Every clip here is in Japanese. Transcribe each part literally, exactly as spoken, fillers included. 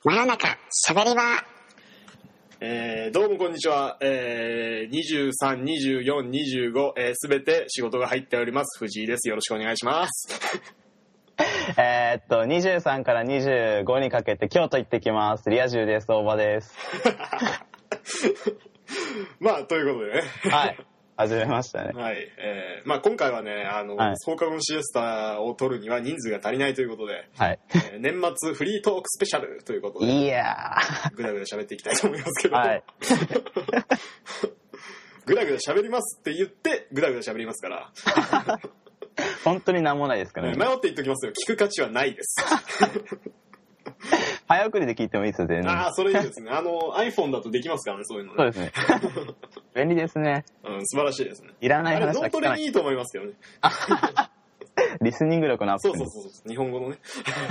真夜中しゃべり場。 えー、どうもこんにちは。えー、にじゅうさん、にじゅうよん、にじゅうご、えー、すべて仕事が入っております。藤井です。よろしくお願いします。 えーっと、にじゅうさんからにじゅうごにかけて京都行ってきます。リア充です。大場です。 まあ、ということでね。 はい。始めましたね。 はい。えー、まあ今回はね、あの、 はい、 放課後シエスタを撮るには人数が足りないということで、 はい。 えー、年末フリートークスペシャルということで、 いやー。ぐだぐだ喋っていきたいと思いますけど、 はい。 ぐだぐだ喋りますって言って、ぐだぐだ喋りますから。 本当になんもないですからね。 迷って言っときますよ。聞く価値はないです。 早送りで聞いてもいいですよ、全然。 ああ、それいいですね。あの、iPhone だとできますからね、そういうのね。 そうですね。便利ですね。 うん、素晴らしいですね。 いらない話は聞かない。 あれ、脳トレにいいと思いますけどね。 リスニング力のアップ。 そうそうそうそう。日本語のね。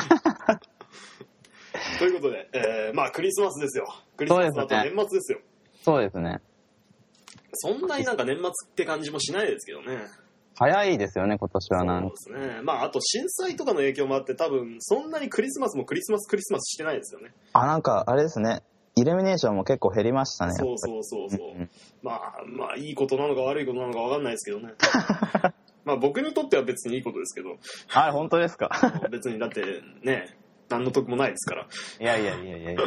ということで、えー、まあクリスマスですよ。クリスマスの後は年末ですよ。 そうですね。 そんなになんか年末って感じもしないですけどね。 早いですよね、今年はなんそうですね。まああと震災とかの影響もあって多分そんなにクリスマスもクリスマスクリスマスしてないですよね。 あ、なんかあれですね。イルミネーションも結構減りましたね。 そうそうそうそう。うんうん、まあまあいいことなのか悪いことなのか分かんないですけどね。まあ僕にとっては別にいいことですけど。 あれ本当ですか。 別にだってね、何の得もないですから。 いやいやいやいやいや。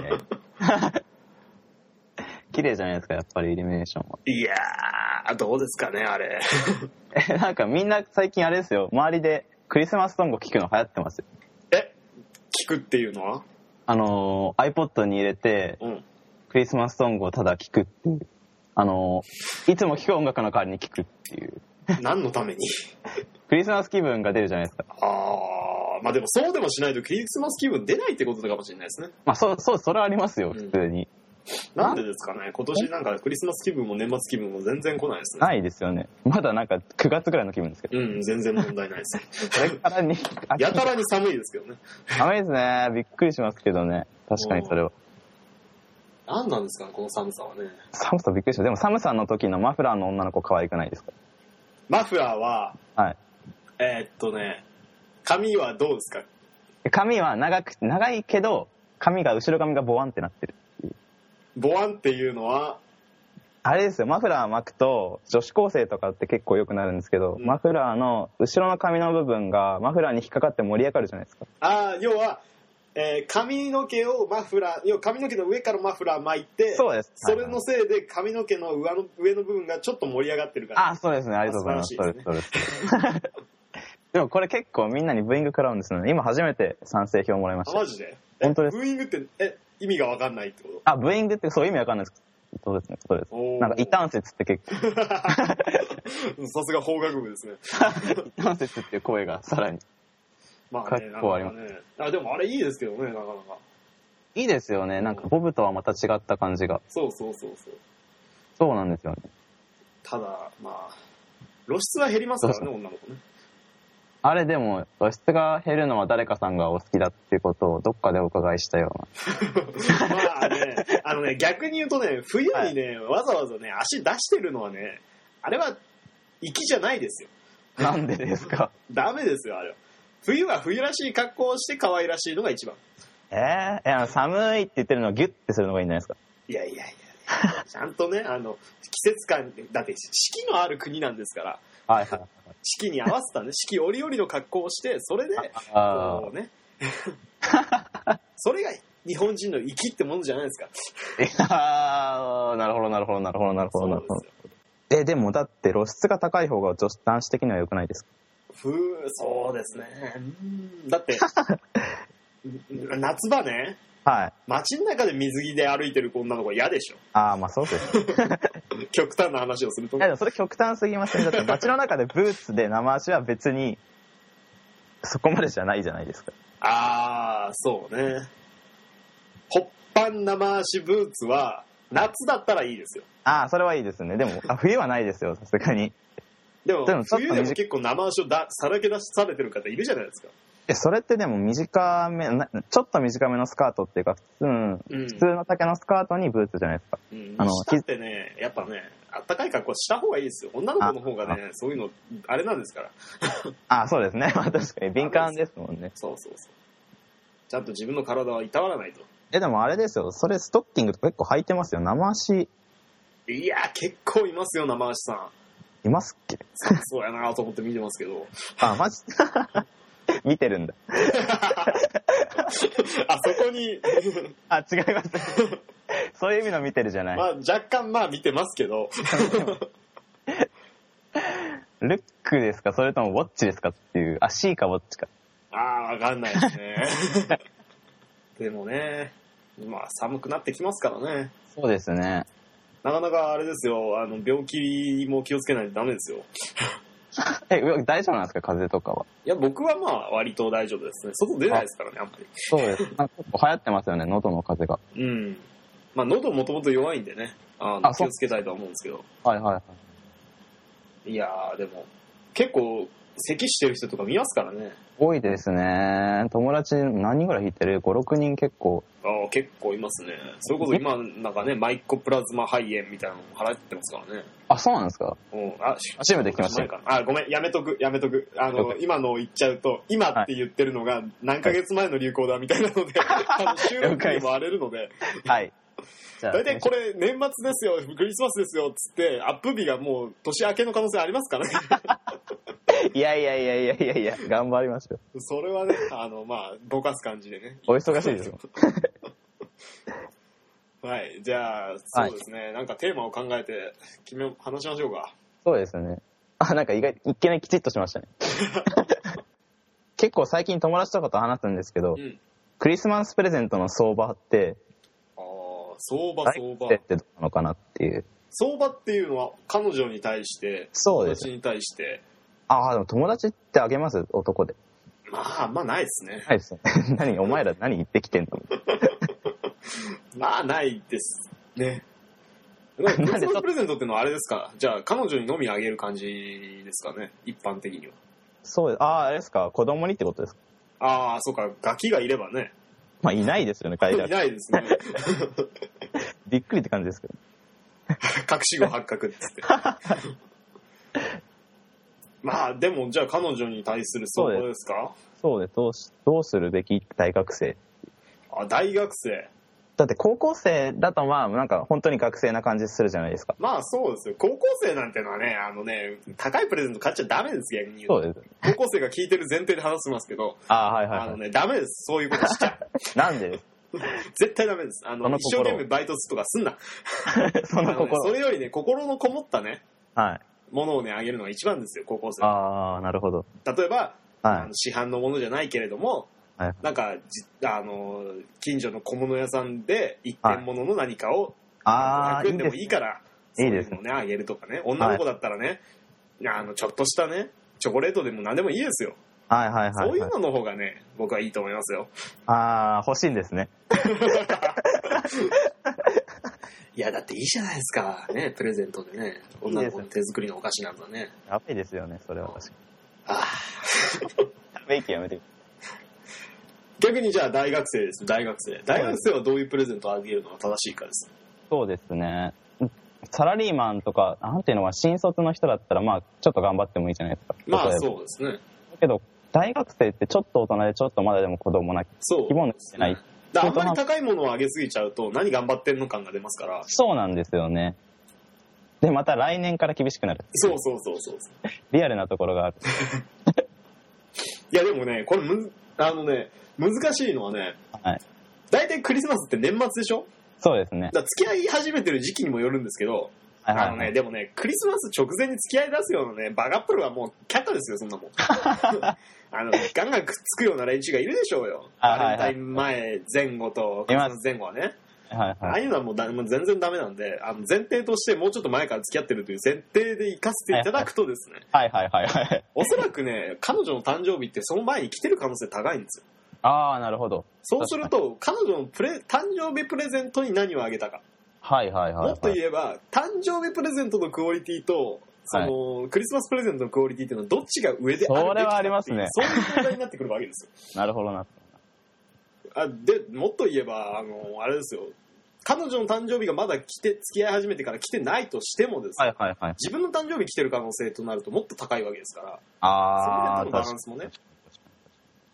綺麗じゃないですか、やっぱりイルミネーションは。 いやー、どうですかね、あれ。 え、なんかみんな最近あれですよ、周りでクリスマスソング聴くの流行ってますよ。 え、聴くっていうのはあのー、iPod に入れて、うん、クリスマスソングをただ聴くっていう。あのー、いつも聴く音楽の代わりに聴くっていう。 何のためにクリスマス気分が出るじゃないですか。 あー、まあでもそうでもしないとクリスマス気分出ないってことかもしれないですね。 まあそう、そう、それはありますよ、普通に。うんなんでですかね。今年なんかクリスマス気分も年末気分も全然来ないですね。 ないですよね。まだなんかくがつぐらいの気分ですけど。 うん、全然問題ないです。 それからにやたらに寒いですけどね。 寒いですね。びっくりしますけどね。確かにそれは。 何なんですかね、この寒さはね。 寒さびっくりした。でも寒さの時のマフラーの女の子可愛くないですか？ マフラーは、 はい。 えー、っとね、髪はどうですか？ 髪は長く、長いけど、髪が、後ろ髪がボワンってなってる。 ボワンっていうのはあれですよ、マフラー巻くと女子高生とかって結構良くなるんですけど、うん、マフラーの後ろの髪の部分がマフラーに引っかかって盛り上がるじゃないですか。 ああ、要は、えー、髪の毛をマフラー、要は髪の毛の上からマフラー巻いて、 そうです。 それのせいで髪の毛の上の上の部分がちょっと盛り上がってるから。 ああ、そうですね、ありがとうございます。そうです、そうです。でもこれ結構みんなにブーイング食らうんですよね。今初めて賛成票もらいました。 あ、マジで？ 本当です。 ブーイングって、え、意味が分かんないってこと？ あ、ブーイングってそう意味わかんないです。そうですね、そうです。なんか異端説って結構。 さすが法学部ですね。 異端説っていう声がさらに。 まあね、結構ありますね。あ、でもあれいいですけどね、なかなか。 いいですよね。なんかボブとはまた違った感じが。 そうそうそうそう。 そうなんですよね。 ただ、まあ、露出は減りますからね、女の子ね。 あれでも露出が減るのは誰かさんがお好きだっていうことをどっかでお伺いしたような。まあね、あのね、逆に言うとね、冬にね、はい、わざわざね、足出してるのはね、あれは粋じゃないですよ。 なんでですか？ ダメですよ、あれは。冬は冬らしい格好をして可愛らしいのが一番。 えー、いや寒いって言ってるのをギュッてするのがいいんじゃないですか？ いやいやいや、ちゃんとね、あの、季節感、だって四季のある国なんですから。 はいはい。 四季に合わせたね、四季折々の格好をして、それで、こうね。それが日本人の粋ってものじゃないですか。 いやなるほどなるほどなるほどなるほどなるほど。え、でもだって露出が高い方が女子男子的には良くないですか？ ふう、そうですね。うんだって、夏場ね。はい。街の中で水着で歩いてる女の子は嫌でしょ。 ああ、まあそうです。 極端な話をすると。 いやでもそれ極端すぎません。だって街の中でブーツで生足は別にそこまでじゃないじゃないですか。 ああ、そうね。ホッパン生足ブーツは夏だったらいいですよ。 ああ、それはいいですね。でもあ冬はないですよ、さすがに。 でも、でも冬でも結構生足をださらけ出されてる方いるじゃないですか。 え、それってでも短め、ちょっと短めのスカートっていうか、普通、うん、普通の丈のスカートにブーツじゃないですか。 うん、あの、下ってね、やっぱね、あったかい格好した方がいいですよ。女の子の方がね、そういうの、あれなんですから。 あ、そうですね。まあ確かに敏感ですもんね。 そうそうそう。ちゃんと自分の体はいたわらないと。 え、でもあれですよ、それストッキングとか結構履いてますよ。生足。 いや、結構いますよ、生足さん。 いますっけ？ そうやなと思って見てますけど。 あ、マジ見てるんだ。 あそこに。 あ、違います。そういう意味の見てるじゃない。 まあ、若干まあ見てますけど。 ルックですか、それともウォッチですかっていう。あ、C かウォッチか。 ああ、わかんないですね。でもね、まあ寒くなってきますからね。 そうですね。 なかなかあれですよ、あの病気も気をつけないとダメですよ。 え、大丈夫なんですか、風邪とかは。 いや、僕はまあ割と大丈夫ですね。外出ないですからね、あんまり。 そうです。なんか結構流行ってますよね、喉の風邪が。 うん。まあ喉もともと弱いんでね、あのあ、そう気をつけたいとは思うんですけど。 はいはいはい。 いやー、でも、結構、咳してる人とか見ますからね。 多いですね。友達何人ぐらい弾いてる ?ご、ろくにん結構。 ああ、結構いますね。それこそ今、なんかね、マイコプラズマ肺炎みたいなのも払ってますからね。 あ、そうなんですか？ うん。あ、 初めて聞きましたよ。 あ、ごめん、やめとく、やめとく。あの、今のを言っちゃうと、今って言ってるのが何ヶ月前の流行だみたいなので、あの収録にも荒れるので。 はい。 大体これ年末ですよ、クリスマスですよっつって、アップ日がもう年明けの可能性ありますからね。 いやいやいやいやいやいや、頑張りましょう。それはね、あの、まあ、ぼかす感じでね。 お忙しいですよ。 はい、じゃあ、そうですね、はい、なんかテーマを考えて、決め、話しましょうか。 そうですね。あ、なんか意外、一見ね、きちっとしましたね。結構最近友達とかと話すんですけど、うん、クリスマスプレゼントの相場って、 ああ、相場相場。 ってどうなのかなっていう。 相場っていうのは彼女に対して、 そうです。 友達に対して。 ああ、でも友達ってあげます？男で。 まあ、あんまないですね。 ないですね。何、お前ら何言ってきてんの？ まあ、ないですね。クリスマスプレゼントってのはあれですか？じゃあ、彼女にのみあげる感じですかね？一般的には。 そうです。ああ、あれですか？子供にってことですか？ ああ、そうか。ガキがいればね。 まあ、いないですよね、海外。 いないですね。 びっくりって感じですけど。 隠し子発覚っつって。まあ、でも、じゃあ彼女に対する相場ですか？ そうです。どうし、どうするべき大学生。 あ、大学生。 だって高校生だとまあ、なんか本当に学生な感じするじゃないですか。 まあそうですよ。高校生なんてのはね、あのね、高いプレゼント買っちゃダメですよ、逆に言うと。 そうです。 高校生が聞いてる前提で話しますけど。 ああ、はいはい、はい。 あのね、ダメです。そういうことしちゃう。 なんで？ 絶対ダメです。あの、の一生懸命バイトとかすんな。 その心、 ね。それよりね、心のこもったね、 はい。 ものをね、あげるのが一番ですよ、高校生。 ああ、なるほど。 例えば、 はい、 あの市販のものじゃないけれども、はい、なんかじあの近所の小物屋さんで一点物の何かを、はい、ひゃくえんでもいいからそういうのをねあげるとかね、女の子だったらね、はい、あのちょっとしたねチョコレートでも何でもいいですよ。 はいはいはい、はい、 そういうのの方がね僕はいいと思いますよ。 ああ、欲しいんですね。 いやだっていいじゃないですかね、プレゼントでね、女の子の手作りのお菓子なんだね。 やべえですよね、それは確かに。 ああやべえきやめて。 逆にじゃあ大学生です。大学生大学生はどういうプレゼントをあげるのが正しいかです。 そうですね、サラリーマンとかなんていうのは新卒の人だったらまあちょっと頑張ってもいいじゃないですか。 まあそうですね。 だけど大学生ってちょっと大人でちょっとまだでも子供なそう希望のしてない。 あんまり高いものをあげすぎちゃうと何頑張ってんの感が出ますから。 そうなんですよね。でまた来年から厳しくなる。 そうそうそうそう。 リアルなところがある。 いやでもねこれむあのね難しいのはね、はい、大体クリスマスって年末でしょ。 そうですね。 だ付き合い始めてる時期にもよるんですけど、はいはいはい、あのねでもねクリスマス直前に付き合い出すようなねバカップルはもう却下ですよ、そんなもん。あのガンガンくっつくような連中がいるでしょうよ。バレンタイン前前後とクリスマス前後はね。はいはい、ああいうのはもうだもう全然ダメなんで、あの前提としてもうちょっと前から付き合ってるという前提で行かせていただくとですね、 はいはいはいはい、 おそらくね彼女の誕生日ってその前に来てる可能性高いんですよ。 ああなるほど。 そうすると彼女のプレ誕生日プレゼントに何をあげたか、 はいはいはいはい、 もっと言えば誕生日プレゼントのクオリティとその、はい、クリスマスプレゼントのクオリティっていうのはどっちが上であるべきかっていう、 それはありますね。 そういう問題になってくるわけですよ。 なるほどな。 あでもっと言えばあのあれですよ、彼女の誕生日がまだ来て付き合い始めてから来てないとしてもですね、はいはいはい、自分の誕生日来てる可能性となるともっと高いわけですから、 あその辺とのバランスもね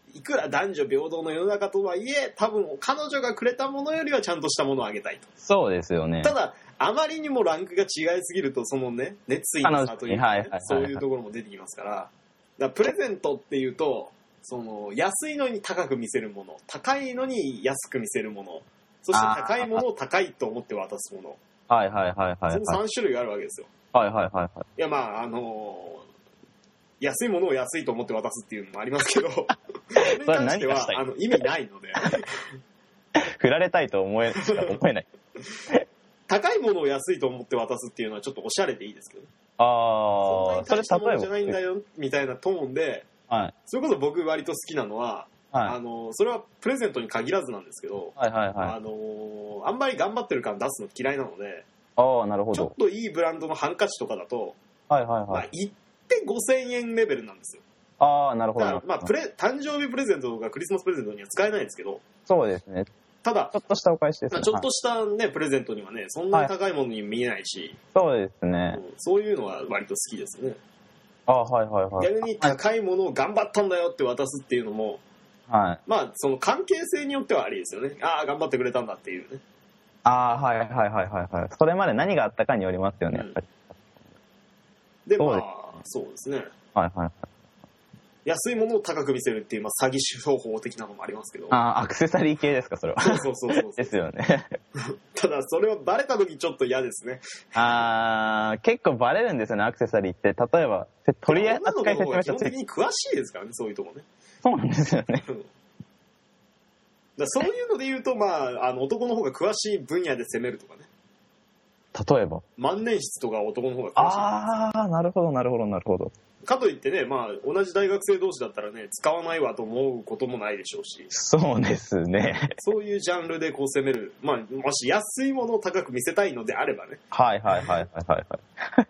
いくら男女平等の世の中とはいえ、多分彼女がくれたものよりはちゃんとしたものをあげたいと。 そうですよね。 ただあまりにもランクが違いすぎると、そのね、熱意の差というか、ね、そういうところも出てきますから、だからプレゼントっていうと、その安いのに高く見せるもの、高いのに安く見せるもの、そして高いものを高いと思って渡すもの、 はいはいはいはい、はい、 そのさん種類があるわけですよ。 はいはいはいはい。 いやまああのー、安いものを安いと思って渡すっていうのもありますけど、それに関してはあの意味ないので振られたいと思え思えない。 高いものを安いと思って渡すっていうのはちょっとおしゃれでいいですけど、 ああ、 そんなに大したものじゃないんだよみたいなトーンで、はい、それこそ僕割と好きなのは、はい、あのそれはプレゼントに限らずなんですけど、はいはいはい、あのあんまり頑張ってる感出すの嫌いなので、 ああなるほど、 ちょっといいブランドのハンカチとかだと、 はいはいはい、 まあ、行ってごせんえんレベルなんですよ。 ああなるほど。 だからまあプレ誕生日プレゼントとかクリスマスプレゼントには使えないんですけど、 そうですね。ただちょっとしたお返しですね。 まあ、ちょっとしたね、はい、プレゼントにはね、そんなに高いものに見えないし、 はい、そうですね、 うん。そういうのは割と好きですね。 ああはいはいはい。 逆に高いものを頑張ったんだよって渡すっていうのも、はい、まあその関係性によってはありですよね。ああ頑張ってくれたんだっていうね。 ああはいはいはいはいはい。それまで何があったかによりますよね、うん、やっぱり。 でまあそうですね。 はいはいはい。 安いものを高く見せるっていう、まあ、詐欺手法法的なのもありますけど。 ああ、アクセサリー系ですか、それは。 そうそうそうそう。 ですよね。 ただ、それはバレた時ちょっと嫌ですね。 ああ、結構バレるんですよね、アクセサリーって。例えば、取り扱い説明書基本的に詳しいですからね、そういうとこね。 そうなんですよね。 だそういうので言うと、まあ、あの男の方が詳しい分野で攻めるとかね。 例えば万年筆とか男の方が詳しい。 ああ、なるほどなるほどなるほど。 かといってね、まあ、同じ大学生同士だったらね、使わないわと思うこともないでしょうし。 そうですね。 そういうジャンルでこう攻める。まあ、もし安いものを高く見せたいのであればね。 はいはいはいはいはいはい。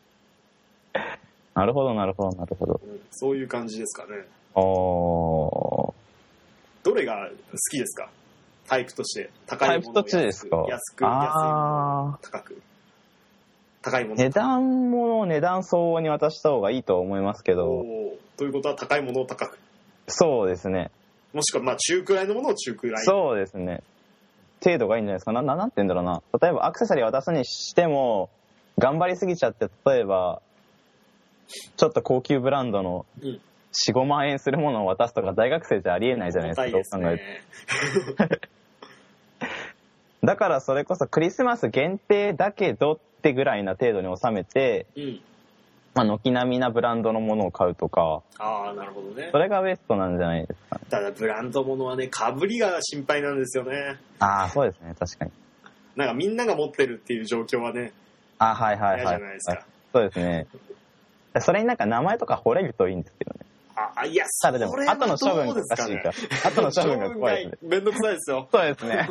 なるほどなるほどなるほど、うん。 そういう感じですかね。 あー。 どれが好きですか？タイプとして。高いものを安く。タイプとしてですか？安く、安いものを高く。高いもの。 値段も値段相応に渡した方がいいと思いますけど。 ということは高いものを高く。 そうですね。 もしくはまあ中くらいのものを中くらい。 そうですね。程度がいいんじゃないですか。な、ななんて言うんだろうな。例えばアクセサリー渡すにしても頑張りすぎちゃって、例えばちょっと高級ブランドのよん、ごまん円するものを渡すとか大学生じゃありえないじゃないですか。どう考えて。だからそれこそクリスマス限定だけどってぐらいな程度に収めて、うん、まあ軒並みなブランドのものを買うとか。 ああ、なるほどね。 それがベストなんじゃないですか、ね。 ただブランドものはね、かぶりが心配なんですよね。 ああ、そうですね、確かに。 なんかみんなが持ってるっていう状況はね。 あはいはいはい。 嫌じゃないですか。 そうですね。それになんか名前とか惚れるといいんですけどね。 あ、いや、それはどうですかね。 後の処分がおかしいか。後の処分が怖いですね。 めんどくさいですよ。 そうですね。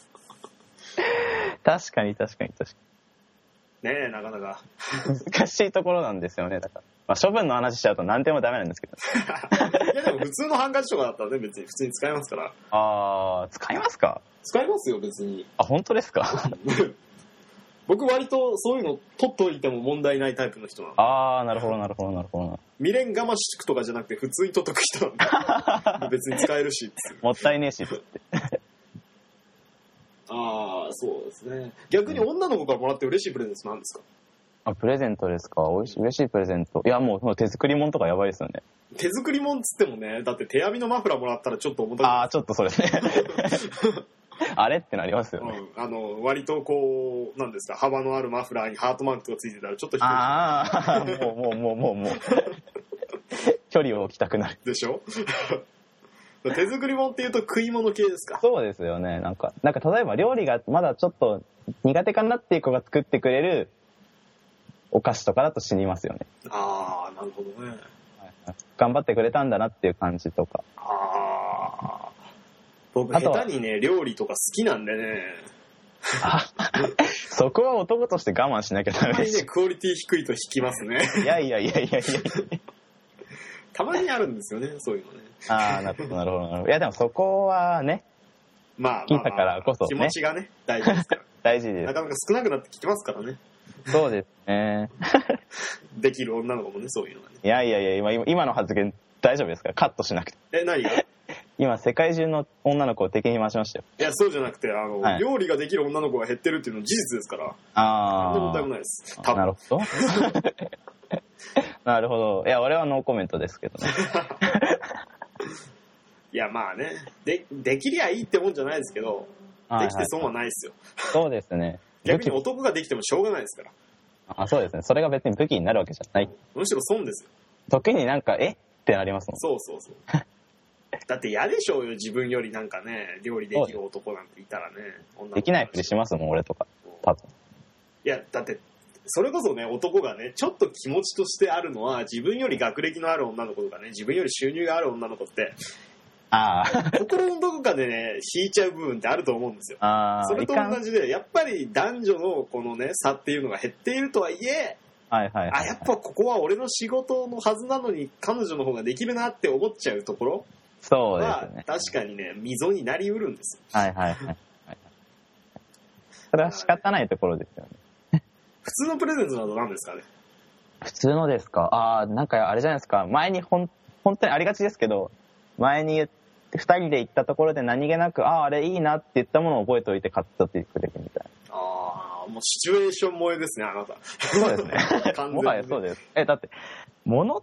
確かに確かに確かに。ねえ、なかなか。 難しいところなんですよね、だから。まあ処分の話しちゃうと何でもダメなんですけど。 いやでも普通のハンカチとかだったらね、別に普通に使えますから。 あー、使いますか？ 使いますよ、別に。 あ、本当ですか？ 僕割とそういうの取っといても問題ないタイプの人なの。 あー、なるほどなるほどなるほど。 未練我慢しくとかじゃなくて普通に取っとく人なんで。別に使えるし。 もったいねえしって。 ああ、そうですね。逆に女の子からもらって嬉しいプレゼントなんですか？ あ、プレゼントですか。おいしい、嬉しいプレゼント。いや、もう手作り物とかやばいですよね。 手作り物っつってもね、だって手編みのマフラーもらったらちょっと重たい。 ああ、ちょっとそうですね。あれってなりますよね。 うん、あの割とこうなんですか、幅のあるマフラーにハートマークがついてたらちょっと低い。 ああ、もうもうもうもうもう距離を置きたくなるでしょ。手作り物っていうと食い物系ですか？ そうですよね。なんかなんか例えば料理がまだちょっと苦手かなっていう子が作ってくれるお菓子とかだと死にますよね。 ああ、なるほどね、はいはい。頑張ってくれたんだなっていう感じとか。 ああ、僕下手にね料理とか好きなんでね。 あそこは男として我慢しなきゃダメです。 ね、クオリティ低いと引きますね。 いやいやいやいやいや。 たまにあるんですよね、そういうのね。 ああ、なるほどなるほどなるほど。いやでもそこはね、 まあ、 まあ、まあ、からこそ、ね、 気持ちがね大事ですから。 大事です。 なかなか少なくなってきてますからね。 そうですね。 できる女の子もね、そういうのがね。 いやいやいや、今今の発言大丈夫ですか？カットしなくて。 え、何が？ 今世界中の女の子を敵に回しましたよ。 いや、そうじゃなくて、あの、はい、料理ができる女の子が減ってるっていうのは事実ですから。 ああ。 そんな問題もないです。多分。 なるほど。なるほど。いや、俺はノーコメントですけどね。 いや、まあね。で、できりゃいいってもんじゃないですけど、できて損はないですよ。 そうですね。 逆に男ができてもしょうがないですから。 あ、そうですね。それが別に武器になるわけじゃない。 むしろ損ですよ。 時になんか、えってなりますもん。 そうそうそう。だって嫌でしょうよ、自分よりなんかね、料理できる男なんていたらね。 できないふりしますもん、俺とか。多分。 いや、だって、それこそね、男がね、ちょっと気持ちとしてあるのは、自分より学歴のある女の子とかね、自分より収入がある女の子って、 ああ。 心のどこかでね、引いちゃう部分ってあると思うんですよ。あそれと同じで、やっぱり男女のこのね、差っていうのが減っているとはいえ、 はいはいはいはい、 あ、やっぱここは俺の仕事のはずなのに、彼女の方ができるなって思っちゃうところそうですね。 確かにね、溝になりうるんですよ。 はいはいはい。それは仕方ないところですよね。 普通のプレゼントなど何ですかね？ 普通のですか？ああ、なんかあれじゃないですか。前にほん、本当にありがちですけど、前に言って、二人で行ったところで何気なく、ああ、あれいいなって言ったものを覚えておいて買ったってくれるみたいな。 ああ、もうシチュエーション萌えですね、あなた。 そうですね。完全に。もはやそうです。え、だって、物って、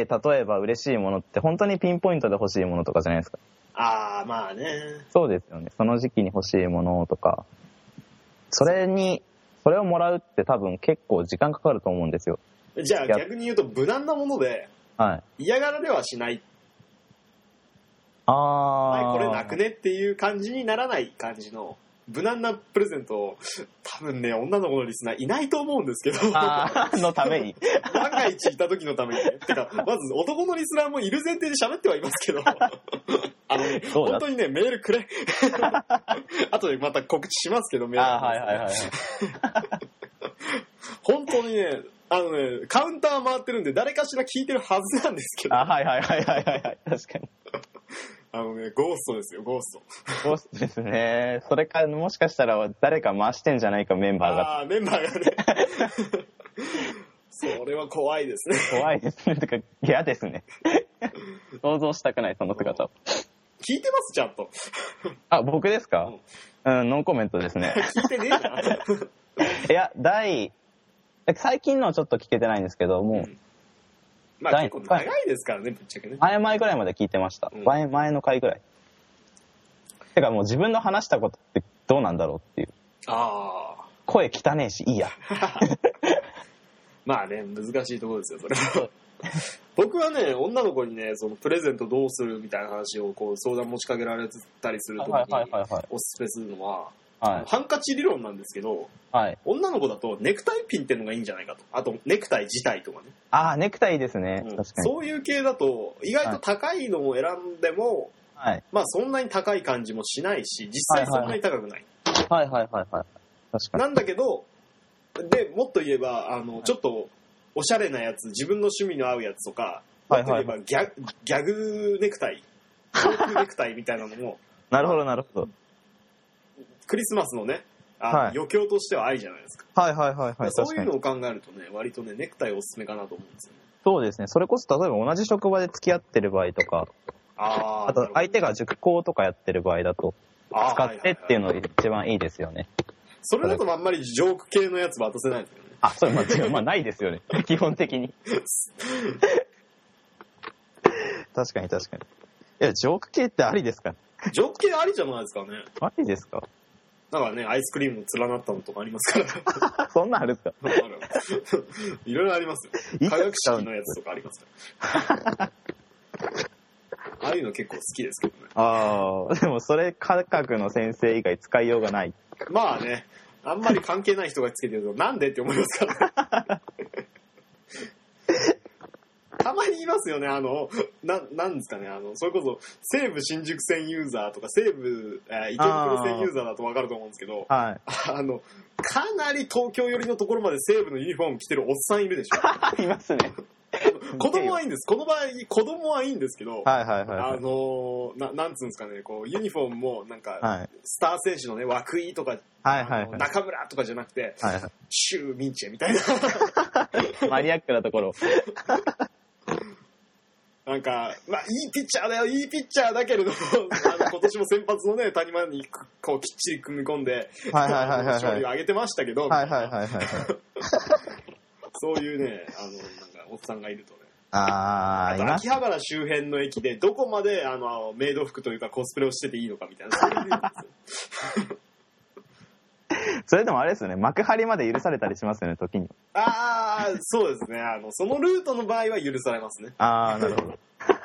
例えば嬉しいものって本当にピンポイントで欲しいものとかじゃないですか。 ああ、まあね。 そうですよね。その時期に欲しいものとか、それに、それをもらうって多分結構時間かかると思うんですよ。 じゃあ逆に言うと無難なもので、はい、嫌がられはしない。 ああ、 はい、これなくねっていう感じにならない感じの無難なプレゼントを多分ね、女の子のリスナーいないと思うんですけど、 あのために万が一いた時のためにね。てかまず男のリスナーもいる前提で喋ってはいますけど、あのね、本当にね、メールくれ。後でまた告知しますけど、メール、 あ、はいはいはい、はい、 本当にね、あのね、カウンター回ってるんで誰かしら聞いてるはずなんですけど。 あ、はいはいはいはいはい、確かに。 あのね、ゴーストですよ、ゴースト。ゴーストですね。それか、もしかしたら誰か回してんじゃないか、メンバーが。 ああ、メンバーがね。それは怖いですね。 怖いですね。とか、嫌ですね。想像したくない、その姿を。 聞いてます、ちゃんと。 あ、僕ですか？うん、うん、ノーコメントですね。 聞いてねえな。 いや、第、最近のはちょっと聞けてないんですけど、もう、うん、 まあ結構長いですからね、ぶっちゃけね。 前々ぐらいまで聞いてました。うん、前、前の回ぐらい。てかもう自分の話したことってどうなんだろうっていう。 ああ。 声汚ねえし、いいや。 まあね、難しいところですよ、それは。僕はね、女の子にね、そのプレゼントどうするみたいな話をこう相談持ちかけられたりするときにおすすめするのは、はい、ハンカチ理論なんですけど、はい、女の子だとネクタイピンってのがいいんじゃないかと。あとネクタイ自体とかね。 ああ、ネクタイですね、 うん。 確かに。 そういう系だと意外と高いのを選んでも、はい、まあそんなに高い感じもしないし、実際そんなに高くない。 はいはいはいはい。確かに。 なんだけど、でもっと言えばあの、はい、ちょっとおしゃれなやつ、自分の趣味の合うやつとか、もっと言えばギャ、はいはい、ギャグネクタイ、フォークネクタイみたいなのも。 なるほどなるほど。 クリスマスのね、あの、はい、余興としてはありじゃないですか。 はいはいはいはい。 そういうのを考えるとね、割とね、ネクタイおすすめかなと思うんですよね。 そうですね。それこそ例えば同じ職場で付き合ってる場合とか、あ, あと相手が塾講とかやってる場合だと、使ってっていうのが一番いいですよね。 それだとあんまりジョーク系のやつ渡せないですよね。 あ、それまあ、まあないですよね。基本的に。確かに確かに。いや、ジョーク系ってありですか？ ジョーク系ありじゃないですかね。 ありですか？ だからね、アイスクリームの連なったのとかありますから。 そんなんあるんですか？ いろいろありますよ。化学式のやつとかありますから。ああいうの結構好きですけどね。 ああ、でもそれ科学の先生以外使いようがない。 まあね、あんまり関係ない人がつけてると、なんでって思いますからね。たまにいますよね、あの、な、なんですかね、あの、それこそ、西武新宿線ユーザーとか、西武、えー、池袋線ユーザーだとわかると思うんですけど、はい、あの、かなり東京寄りのところまで西武のユニフォーム着てるおっさんいるでしょ。 いますね。 子供はいいんです。この場合、子供はいいんですけど、 はいはいはいはい、 あのな、なんつうんですかね、こう、ユニフォームも、なんか、はい、スター選手のね、涌井とか、 はいはいはい、 中村とかじゃなくて、はいはい、シューミンチェみたいな。 マニアックなところ。 なんか、まあ、いいピッチャーだよ、いいピッチャーだけれども、あの今年も先発のね、谷間にこうきっちり組み込んで、 はいはいはいはい、 勝利を挙げてましたけど、 はいはいはいはい、 そういうね、あの、なんか、おっさんがいるとね。 ああと秋葉原周辺の駅でどこまであのメイド服というかコスプレをしてていいのかみたいな。 それでもあれですよね、幕張まで許されたりしますよね、時に。 ああ、そうですね。あのそのルートの場合は許されますね。 ああ、なるほど。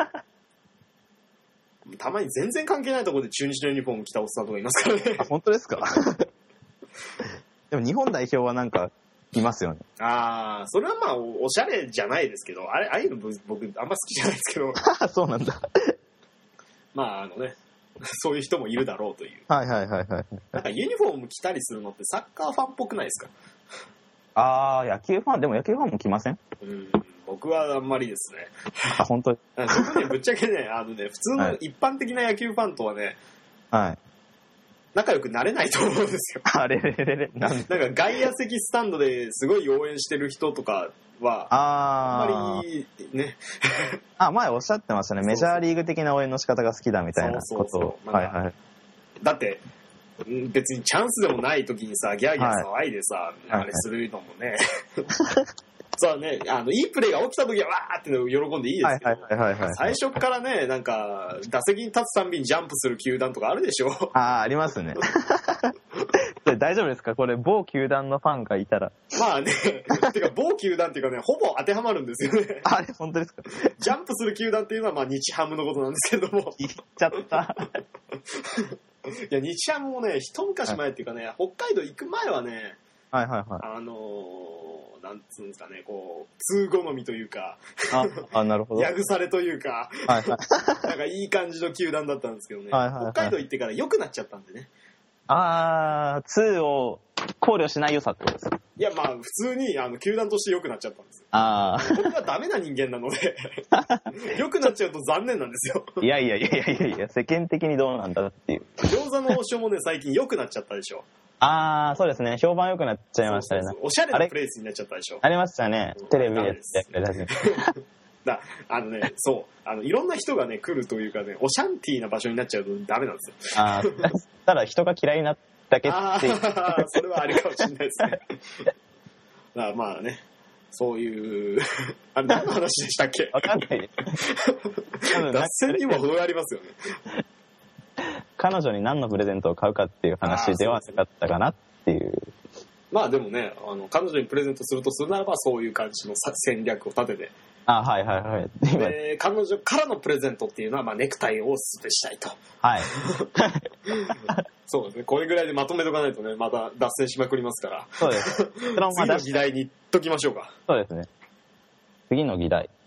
たまに全然関係ないところで中日のユニフォーム着たおっさんとかいますからね。 あ、本当ですか？でも日本代表はなんかいますよね。 ああ、それはまあ お, おしゃれじゃないですけど、あれああいうの僕あんま好きじゃないですけど。 そうなんだ。 まああのね。そういう人もいるだろうという。 はいはいはいはい。 なんかユニフォーム着たりするのってサッカーファンっぽくないですか？ ああ、野球ファン、でも野球ファンも来ません？ うん、僕はあんまりですね。 あ、本当？ 僕ね、ぶっちゃけね、あのね、普通の一般的な野球ファンとはね、 はい。 仲良くなれないと思うんですよ。 あれれれれ。 なんか外野席スタンドですごい応援してる人とかは、あんまりね。 あ、前おっしゃってましたね。メジャーリーグ的な応援の仕方が好きだみたいなことを。そうそうそう、はいはい。 だって、別にチャンスでもない時にさ、ギャーギャー騒いでさ、はい、あれするのもね。そうね、あのいいプレーが起きた時はわーって喜んでいいですけど、最初からね、なんか打席に立つたんびにジャンプする球団とかあるでしょ。 ああ、ありますね。大丈夫ですか？これ某球団のファンがいたら。 まあね、てか某球団っていうかね、ほぼ当てはまるんですよね。 あれ本当ですか？ ジャンプする球団っていうのはまあ日ハムのことなんですけども。 言っちゃった。 いや日ハムもね、一昔前っていうかね、はい、北海道行く前はね、 はいはいはい、 あのー、なんつうんですかね、こう通好みというか、 ああ、なるほど、 やぐされというか、 はいはい、 なんかいい感じの球団だったんですけどね、 はいはいはい、 北海道行ってから良くなっちゃったんでね。 ああ、ツーを考慮しない良さってことですか？ いやまあ普通にあの球団として良くなっちゃったんですよ。 ああ、 僕はダメな人間なので良くなっちゃうと残念なんですよ。 いやいやいやいやいやいや、世間的にどうなんだっていう。 餃子の王将もね最近良くなっちゃったでしょ。 ああ、そうですね、評判良くなっちゃいましたね。そうそうそう、 おしゃれなプレイスになっちゃったでしょ。 ありましたね、テレビでやってくれたし。 だあのね、そうあのいろんな人がね来るというかね、オシャンティーな場所になっちゃうとダメなんですよ。 ああ、ただ人が嫌いになっただけっていう。 ああ、それはあれかもしれないですね。だからまあね、そういうあれ何の話でしたっけ？ わかんない。 脱線にも程がありますよね。 彼女に何のプレゼントを買うかっていう話ではなかったかなっていう。 まあでもね、あの彼女にプレゼントするとするならばそういう感じの戦略を立てて。 あ、はいはいはい。 で彼女からのプレゼントっていうのは、まあ、ネクタイをおすすめしたいと。 はい。 そうですね。これぐらいでまとめとかないとね、また脱線しまくりますから。 そうです。 次の議題に言っときましょうか。 そうですね。次の議題。